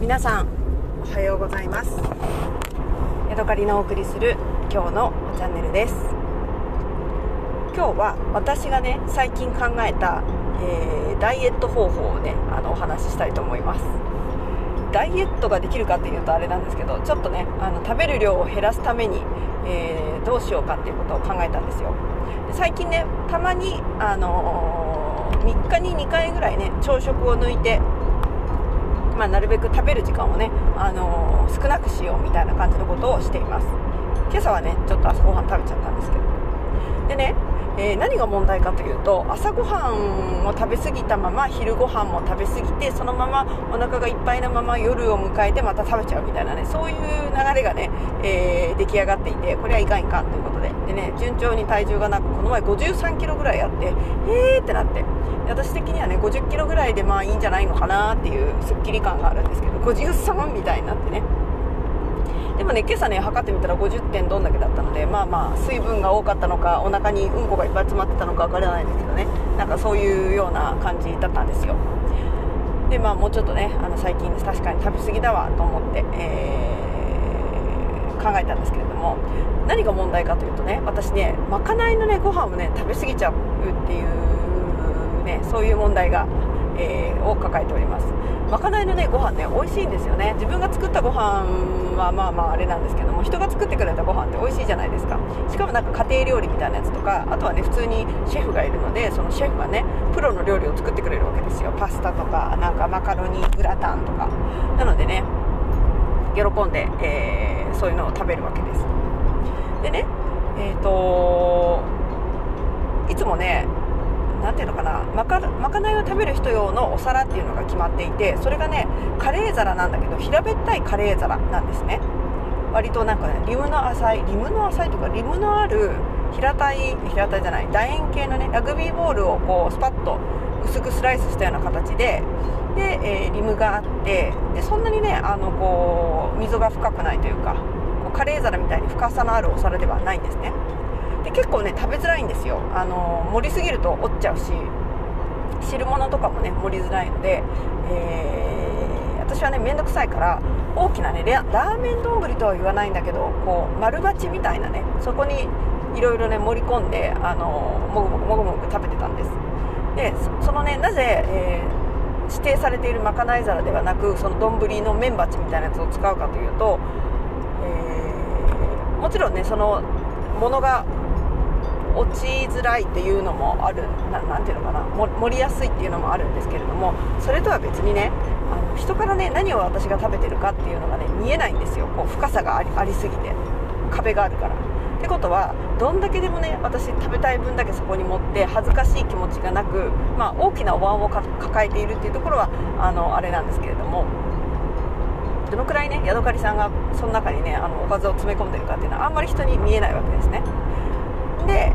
皆さんおはようございます。ヤドカリのお送りする今日のチャンネルです。今日は私がね最近考えた、ダイエット方法をねお話ししたいと思います。ダイエットができるかっていうとあれなんですけど、ちょっとね食べる量を減らすために、どうしようかっていうことを考えたんですよ。で最近ねたまに、3日に2回ぐらいね朝食を抜いて、なるべく食べる時間をね、少なくしようみたいな感じのことをしています。今朝はねちょっと朝ごはん食べちゃったんですけど、でね、何が問題かというと、朝ごはんを食べ過ぎたまま昼ごはんも食べ過ぎて、そのままお腹がいっぱいなまま夜を迎えてまた食べちゃうみたいなね、そういう流れがね、出来上がっていて、これはいかんいかんということで、でね順調に体重がなく、この前53キロぐらいあってってなって、私的にはね50キロぐらいでいいんじゃないのかなっていうスッキリ感があるんですけど、53みたいになってね。でもね今朝ね測ってみたら50点どんだけだったので、水分が多かったのかお腹にうんこがいっぱい詰まってたのかわからないですけどね、なんかそういうような感じだったんですよ。でもうちょっとね最近確かに食べ過ぎだわと思って、考えたんですけれども、何が問題かというとね、私ねまかないのねご飯をね食べ過ぎちゃうっていうね、そういう問題が、を抱えております。まかないのねご飯ね美味しいんですよね。自分が作ったご飯はあれなんですけども、人が作ってくれたご飯って美味しいじゃないですか。しかもなんか家庭料理みたいなやつとか、あとはね普通にシェフがいるので、そのシェフがねプロの料理を作ってくれるわけですよ。パスタとかなんかマカロニグラタンとか。なのでね喜んで、そういうのを食べるわけです。でねいつもねなんていうのかな、まかないを食べる人用のお皿っていうのが決まっていて、それがねカレー皿なんだけど平べったいカレー皿なんですね。割となんかねリムの浅いとかリムのある平たいじゃない楕円形のねラグビーボールをこうスパッと薄くスライスしたような形でリムがあって、でそんなにねこう溝が深くないというか、こうカレー皿みたいに深さのあるお皿ではないんですね。で結構ね食べづらいんですよ。盛りすぎると折っちゃうし、汁物とかもね盛りづらいので、私はねめんどくさいから大きなねラーメン丼とは言わないんだけど、こう丸鉢みたいなね、そこにいろいろね盛り込んでもぐもぐ食べてたんです。でそのねなぜ、指定されているまかない皿ではなく、その丼の麺鉢みたいなやつを使うかというと、もちろんねそのものが落ちづらいっていうのもある、なんていうのかな、盛りやすいっていうのもあるんですけれども、それとは別にね人からね何を私が食べてるかっていうのがね見えないんですよ。こう深さがありすぎて壁があるから。ってことはどんだけでもね私食べたい分だけそこに持って恥ずかしい気持ちがなく、大きなお椀を抱えているっていうところはあれなんですけれども、どのくらいねヤドカリさんがその中にねおかずを詰め込んでるかっていうのはあんまり人に見えないわけですね。で、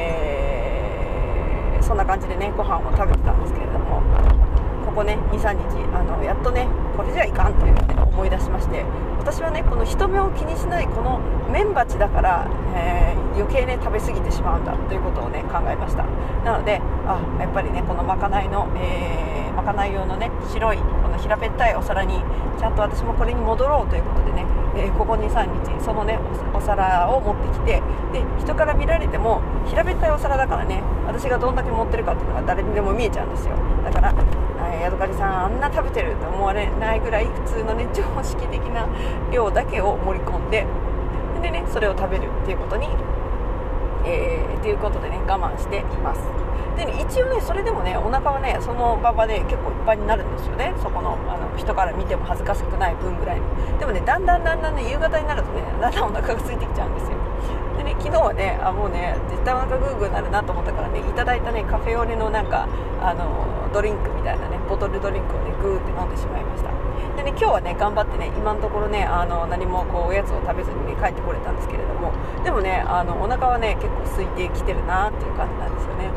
そんな感じでねご飯を食べてたんですけれども、ここね 2,3 日やっとねこれじゃいかんというのを、ね、思い出しまして、私はねこの人目を気にしないこの麺鉢だから、余計ね食べ過ぎてしまうんだということをね考えました。なのでやっぱりねこのまかないの、まかない用のね白いこの平べったいお皿にちゃんと私もこれに戻ろうということでね、ここ 2,3 日そのねお皿を持ってきて、で人から見られても平べったいお皿だからね私がどんだけ持ってるかっていうのが誰にでも見えちゃうんですよ。だからヤドカリさんあんな食べてると思われないぐらい普通のね常識的な量だけを盛り込んで、でねそれを食べるっていうことにっていうことでね我慢しています。でね一応ねそれでもねお腹はねその場で結構いっぱいになるんですよね。そこの人から見ても恥ずかしくない分ぐらいの。でもねだんだんね夕方になるとねだんだんお腹が空いてきちゃうんですよ。でね昨日はねもうね絶対お腹グーグーなるなと思ったからね、いただいたねカフェオレのなんかドリンクみたいなねボトルドリンクをねグーって飲んでしまいました。でね今日はね頑張ってね今のところね何もこうおやつを食べずに、ね、帰ってこれたんですけれども、でもねお腹はね結構空いてきてるなっていう感じなんですよね。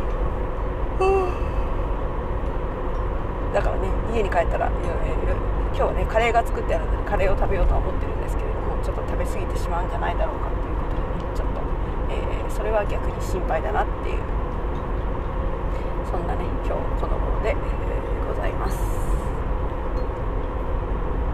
だからね家に帰ったら今日はねカレーが作ってあるのでカレーを食べようとは思ってるんですけれども、ちょっと食べ過ぎてしまうんじゃないだろうかということでね、ちょっと、それは逆に心配だなっていう、そんなね今日この頃で、ございます。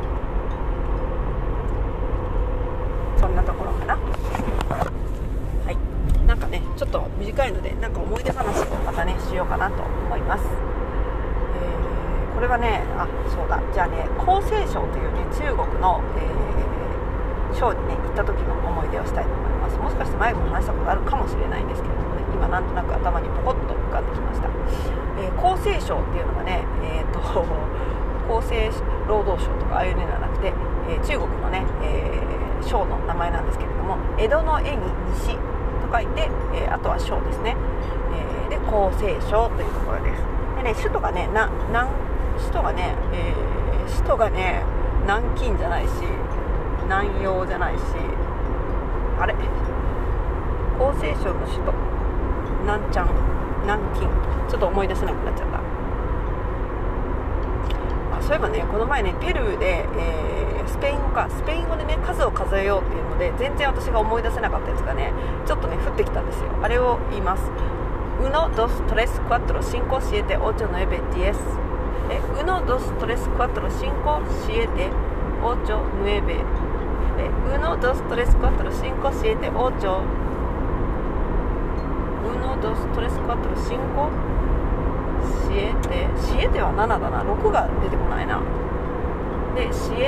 かなと思います。これはね、そうだ、じゃあね、江西省というね中国の、省にね行った時の思い出をしたいと思います。もしかして前も話したことあるかもしれないんですけれどもね、今なんとなく頭にポコッと浮かんできました。江西省っていうのがね、厚生労働省とかああいうのではなくて、中国のね、省の名前なんですけれども、江戸の江に西と書いて、あとは省ですね、で江西省というところです。でね、首都がね南京じゃないし南陽じゃないし、あれ、江西省の首都南京、ちょっと思い出せなくなっちゃった。そういえばね、この前ねペルーで、スペイン語でね数を数えようっていうので全然私が思い出せなかったやつがねちょっとね降ってきたんですよ。あれを言います。 Uno, dos, tres, cuatro, cinco, siete, ocho, nueve, diez. Uno, dos, tres, cuatro, cinco, siete, ocho, nueve. Uno, dos, tres, cuatro, cinco, siete, ocho. Uno, dos, tres, cuatro, cinco, sieteは7だな、6が出てこないな。で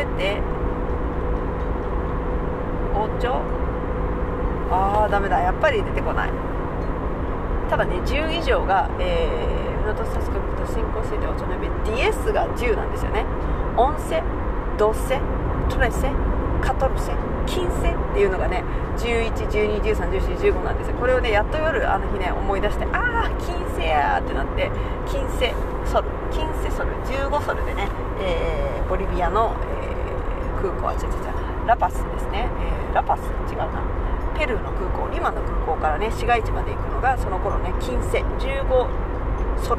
siete、ocho、ダメだ、やっぱり出てこない。ただね、10以上が、uno, dos, tres, cuatro, cinco, siete, ocho, nueve, diez が10なんですよね。once、doce、trece、catorce、quinceっていうのがね、11、12、13、14、15なんですよ。これをね、やっと夜あの日ね思い出して、quinceやーってなって、quinceソル、15ソルでね、ボリビアの、空港はラパスですね、ラパス違うな、ペルーの空港、リマの空港からね市街地まで行くのがその頃ねquince、15ソル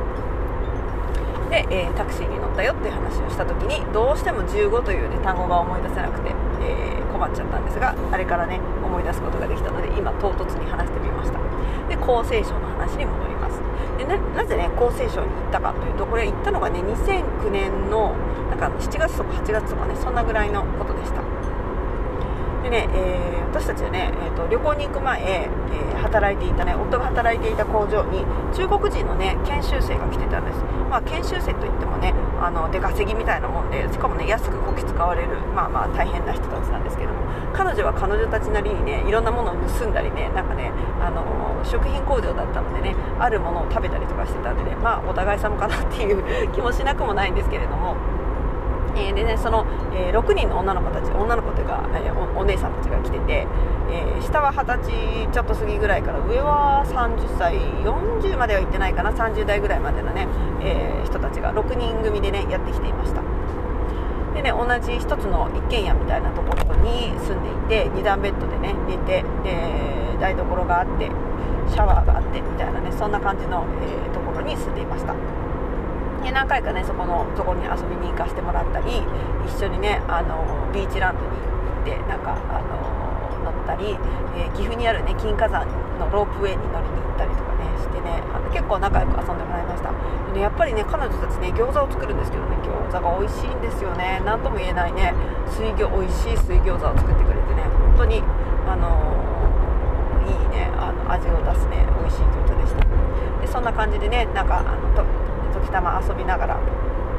で、タクシーに乗ったよっていう話をした時に、どうしても15という、ね、単語が思い出せなくて、困っちゃったんですが、あれからね思い出すことができたので今唐突に話してみました。で江西省の話に戻ります。で なぜね江西省に行ったかというと、これ行ったのがね2009年のなんか7月とか8月とかね、そんなぐらいのことでした。でね、私たちはね、旅行に行く前、働いていたね、夫が働いていた工場に中国人のね研修生が来てたんです。研修生といってもね出稼ぎみたいなもんで、しかもね安くこき使われる大変な人たちなんですけども、彼女は彼女たちなりにねいろんなものを盗んだりね、なんかね食品工場だったのでね、あるものを食べたりとかしてたんでね、お互い様かなっていう気もしなくもないんですけれども、でね、その、6人の女の子というか、お姉さんたちが来てて、下は20歳ちょっと過ぎぐらいから、上は30歳40までは行ってないかな、30代ぐらいまでのね、人たちが6人組でねやってきていました。でね、同じ一つの一軒家みたいなところに住んでいて、2段ベッドでね寝て、で台所があってシャワーがあってみたいなね、そんな感じの、ところに住んでいました。で何回かねそこに遊びに行かせてもらったり、一緒にねビーチランドに行ってなんか乗ったり、岐阜にあるね金華山のロープウェイに乗りに行ったりとかねしてね、結構仲良く遊んでもらいました。でね、やっぱりね彼女たちね餃子を作るんですけどね、餃子が美味しいんですよね。何とも言えないね美味しい水餃子を作ってくれてね、本当にいいね味を出すね美味しい餃子でした。でそんな感じでね、なんか時たま遊びながら、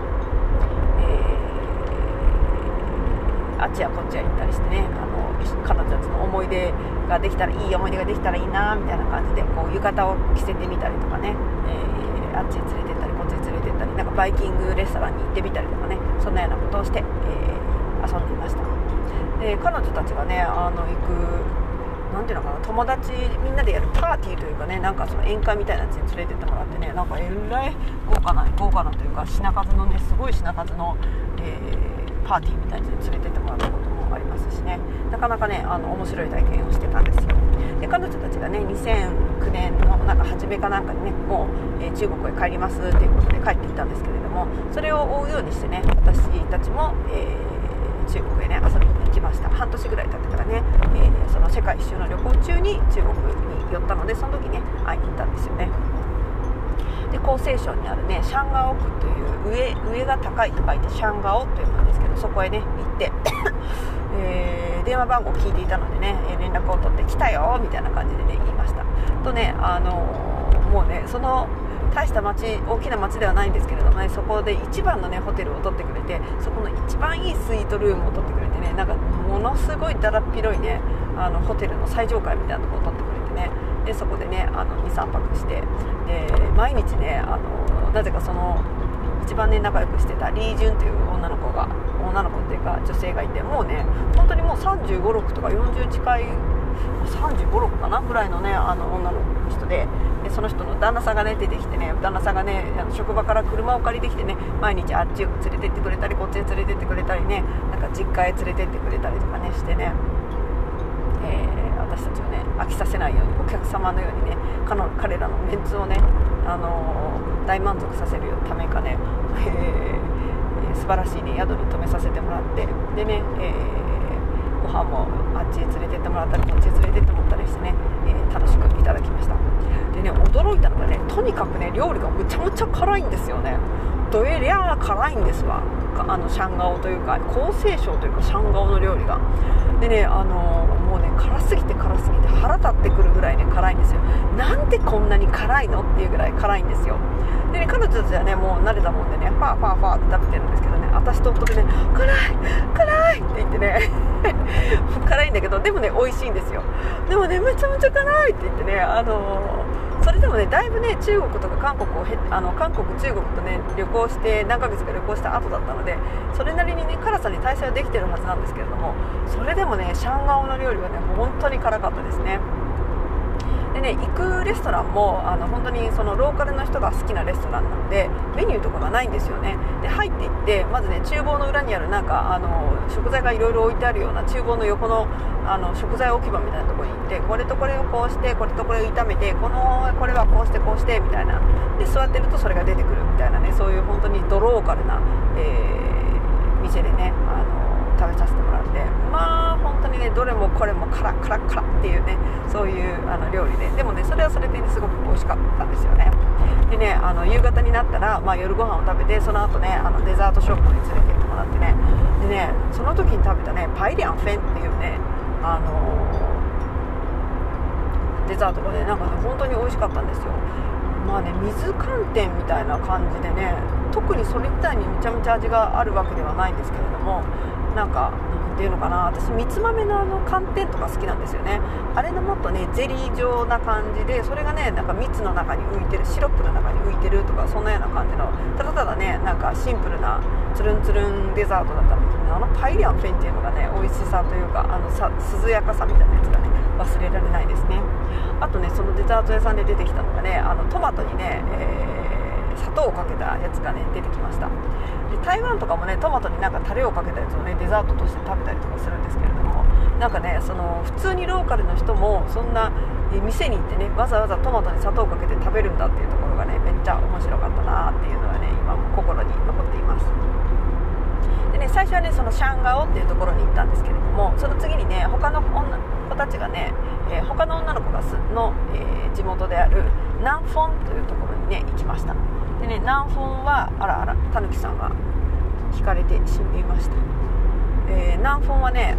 あっちやこっちや行ったりしてね、彼女たちの思い出ができたらいい思い出ができたらいいなみたいな感じで、こう浴衣を着せてみたりとかね、あっちに連れてったりこっちに連れてったり、なんかバイキングレストランに行ってみたりとかね、そんなようなことをして、遊んでいました。で彼女たちがね行くなんていうのかな、友達みんなでやるパーティーというかね、なんかその宴会みたいなやつに連れてってもらってね、なんかえらい豪華なというか品数のねすごい品数の、パーティーみたいに連れてってもらったこともありますしね、なかなかね面白い体験をしてたんですよ。で彼女たちがね2009年のなんか初めかなんかにねもう、中国へ帰りますということで帰っていったんですけれども、それを追うようにしてね私たちも、中国へね遊びに行きました。半年ぐらい経ってからね、その世界一周の旅行中に中国に寄ったので、その時ね会いに行ったんですよね。で江西省にあるねシャンガオ区という上が高いと書いてシャンガオというんですけど、そこへね行って電話番号を聞いていたのでね連絡を取って来たよみたいな感じでね言いましたとね、もうねその大した大きな町ではないんですけれどもね、そこで一番のねホテルを取ってくれて、そこの一番いいスイートルームを取ってくれてね、なんかものすごいだらっ広いねホテルの最上階みたいなところを取ってくれてね、でそこでね2、3泊して、で毎日ねなぜかその一番ね仲良くしてたリージュンという女の子っていうか女性がいて、もうね本当にもう35、6とか40近い35、6かなぐらいのね女の人で、その人の旦那さんがね出てきてね、旦那さんがね職場から車を借りてきてね、毎日あっち連れてってくれたりこっちへ連れてってくれたりね、なんか実家へ連れてってくれたりとかねしてね、私たちをね飽きさせないように、お客様のようにね彼らのメンツをね、大満足させるためかね、素晴らしいね宿に泊めさせてもらって、でね、ご飯もあっちへ連れてってもらったりこっちへ連れてってもらったりしてね、楽しくいただきました。でね、驚いたのがね、とにかくね料理がむちゃむちゃ辛いんですよね。どえりゃー辛いんですわ。シャンガオというか厚生省というかシャンガオの料理がでね、もうね辛すぎて腹立ってくるぐらいね辛いんですよ。なんでこんなに辛いのっていうぐらい辛いんですよ。でね、彼女たちはねもう慣れたもんでねファーって食べてるんですけどね、私と夫でね辛いって言ってね辛いんだけど、でもね美味しいんですよ。でもねめちゃめちゃ辛いって言ってね、それでもねだいぶね中国とか韓国中国とね旅行して何ヶ月か旅行した後だったので、それなりにね辛さに耐性はできてるはずなんですけれども、それでもねシャンガオの料理はね本当に辛かったですね。でね、行くレストランも本当にそのローカルの人が好きなレストランなのでメニューとかがないんですよね。で入っていってまずね厨房の裏にあるなんか食材がいろいろ置いてあるような厨房の横の食材置き場みたいなところに行って、これとこれをこうしてこれとこれを炒めてこれはこうしてみたいなで座ってるとそれが出てくるみたいなね、そういう本当にドローカルな、店でね食べさせてもらって、まあ本当にねどれもこれもカラっていうねそういう料理で、でもねそれはそれで、ね、すごく美味しかったんですよね。でね夕方になったら、夜ご飯を食べてその後ねデザートショップに連れて行ってもらってね、でねその時に食べたねパイリャンフェンっていうねデザートがねなんかね本当に美味しかったんですよ。まあね水寒天みたいな感じでね、特にそれ自体にめちゃめちゃ味があるわけではないんですけれども、なんていうのかな、私みつ豆の寒天とか好きなんですよね。あれのもっとねゼリー状な感じで、それがねなんか蜜の中に浮いてる、シロップの中に浮いてるとかそんなような感じのただねなんかシンプルなつるんデザートだったんですけど、パイリャンフェンっていうのがね美味しさというか涼やかさみたいなやつがね忘れられないですね。あとねそのデザート屋さんで出てきたのがねトマトにね、砂糖をかけたやつがね出てきました。で台湾とかもねトマトになんかタレをかけたやつをねデザートとして食べたりとかするんですけれども、なんかねその普通にローカルの人もそんな店に行ってねわざわざトマトに砂糖をかけて食べるんだっていうところがねめっちゃ面白かったなっていうのはね今も心に残っています。でね最初はねそのシャンガオっていうところに行ったんですけれども、その次にね他の女子たちがね、他の女の子の、地元であるナンフォンというところにね行きました。でねナンフォンはたぬきさんが惹かれて死んでいました。ナンフォンはね、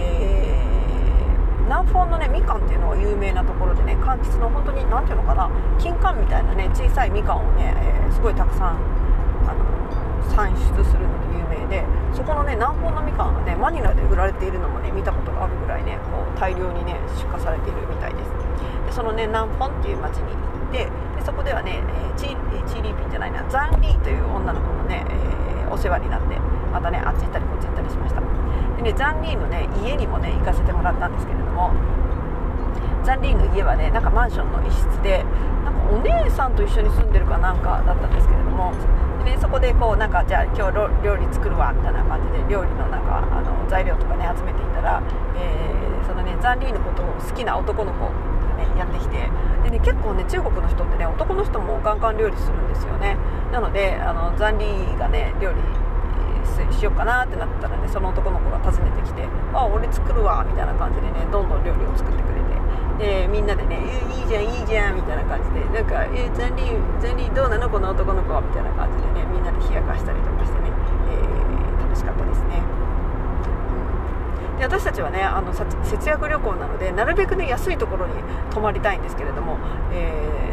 ナンフォンのねみかんっていうのが有名なところでね、柑橘の本当になんていうのかな、金柑みたいなね小さいみかんをね、すごいたくさん産出するので有名で、そこのね南方のみかんがねマニラで売られているのもね見たことがあるぐらいねこう大量にね出荷されているみたいです。でそのね南方っていう町に行って、でそこではねチーリーピンじゃないなザンリーという女の子のね、お世話になって、またねあっち行ったりこっち行ったりしました。でねザンリーのね家にもね行かせてもらったんですけれども、ザンリーの家はねなんかマンションの一室で、なんかお姉さんと一緒に住んでるかなんかだったんですけれども、でね、そこでこうなんかじゃあ今日料理作るわみたいな感じで料理のなんか材料とかね集めていたら、そのねザンリーのことを好きな男の子がねやってきて、でね結構ね中国の人ってね男の人もガンガン料理するんですよね。なのでザンリーがね料理しようかなってなったらね、その男の子が訪ねてきて、あ俺作るわみたいな感じでねどんどん料理を作ってくれて、でみんなでねいいじゃんみたいな感じで、なんかザンリーどうなのこの男の子はみたいな感じでねみんなで冷やかしたりとかしてね、楽しかったですね。で私たちはね節約旅行なのでなるべくね安いところに泊まりたいんですけれども、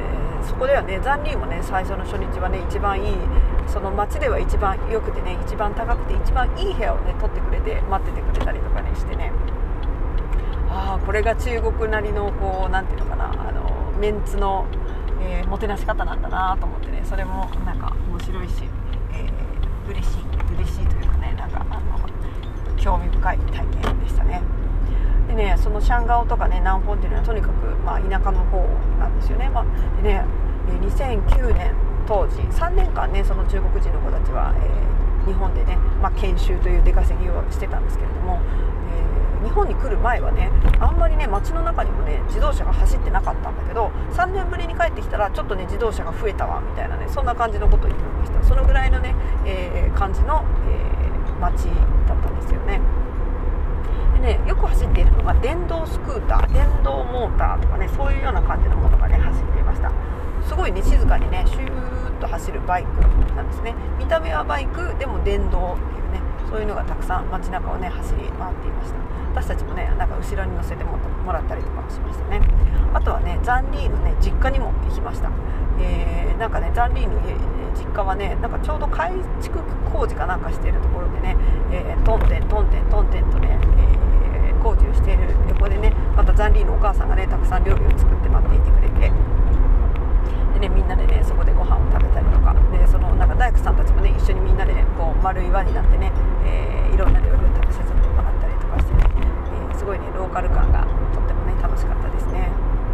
そこではね、残留もね最初の初日はね一番いい、その街では一番良くてね、一番高くて一番いい部屋をね取ってくれて待っててくれたりとかねしてね、これが中国なりのこうなんていうのかな、メンツの、もてなし方なんだなと思ってね、それもなんか面白いし、嬉しいというかね、なんか興味深い体験でしたね。でね、そのシャンガオとかね南方っていうのはとにかく、田舎の方なんですよね。でね、2009年当時3年間ねその中国人の子たちは、日本でね、研修という出稼ぎをしてたんですけれども、日本に来る前はねあんまりね街の中にもね自動車が走ってなかったんだけど、3年ぶりに帰ってきたらちょっとね自動車が増えたわみたいなね、そんな感じのことを言ってました。そのぐらいのね、感じの、街だったんですよね。でね、よく走っているのが電動スクーター、電動モーターとかね、そういうような感じのものがね走っていました。すごいね静かにねシューッと走るバイクなんですね。見た目はバイクでも電動っていうね、そういうのがたくさん街中をね走り回っていました。私たちもねなんか後ろに乗せてもらったりとかしましたね。あとはねザンリーのね実家にも行きました。なんかねザンリーの実家はねなんかちょうど改築工事かなんかしているところでね、トンテンとね、工事をしている横でね、またザンリーのお母さんがねたくさん料理を作って待っていてくれて、でねみんなでねそこでご飯を食べたりとかで、そのなんか大工さんたちもね一緒にみんなで、ね、こう丸い輪になってね、いろんな料理を食べさせてもらったりとかしてね、すごいねローカル感がとってもね楽しかったですね。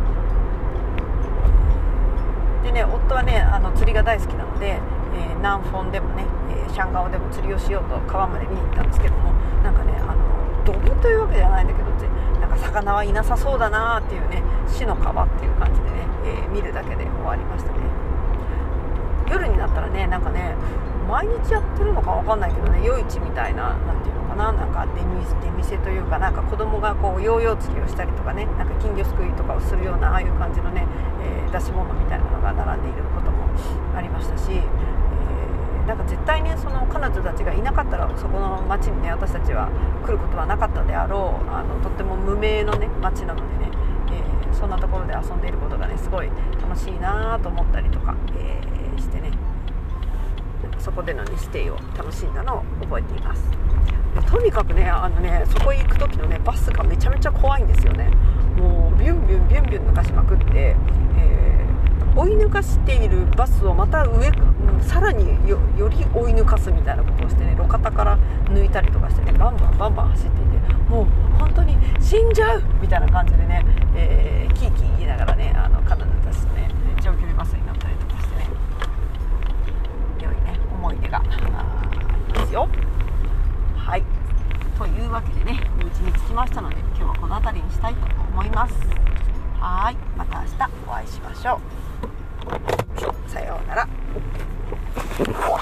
でね、夫はね釣りが大好きなので、南フォンでもね、シャンガオでも釣りをしようと川まで見に行ったんですけども、なんかねドブというわけじゃないんだけど、なんか魚はいなさそうだなっていうね、死の川っていう感じでね、見るだけで終わりましたね。夜になったらねなんかね毎日やってるのかわかんないけどね、夜市みたいな、なんていうのかな、なんか出店というか、なんか子供がこうヨーヨー釣りをしたりとかね、なんか金魚すくいとかをするようなああいう感じのね、出し物みたいなのが並んでいることもありましたし、なんか絶対ねその彼女たちがいなかったらそこの町にね私たちは来ることはなかったであろう、とっても無名のね町なのでね、そんなところで遊んでいることがねすごい楽しいなと思ったりとか、してね、そこでの、ね、ステイを楽しんだのを覚えています。でとにかくねそこへ行く時のねバスがめちゃめちゃ怖いんですよね。もうビュンビュン抜かしまくって、追い抜かしているバスをまたさらに より追い抜かすみたいなことをしてね、路肩から抜いたりとかしてね、バンバン走っていて、もう本当に死んじゃうみたいな感じでね、キーキー言いながらね彼女たちとね長距離バスに乗ったりとかしてね、良いね思い出がですよ。はい、というわけでねお家に着きましたので、今日はこの辺りにしたいと思います。はい、また明日お会いしましょう。さようなら。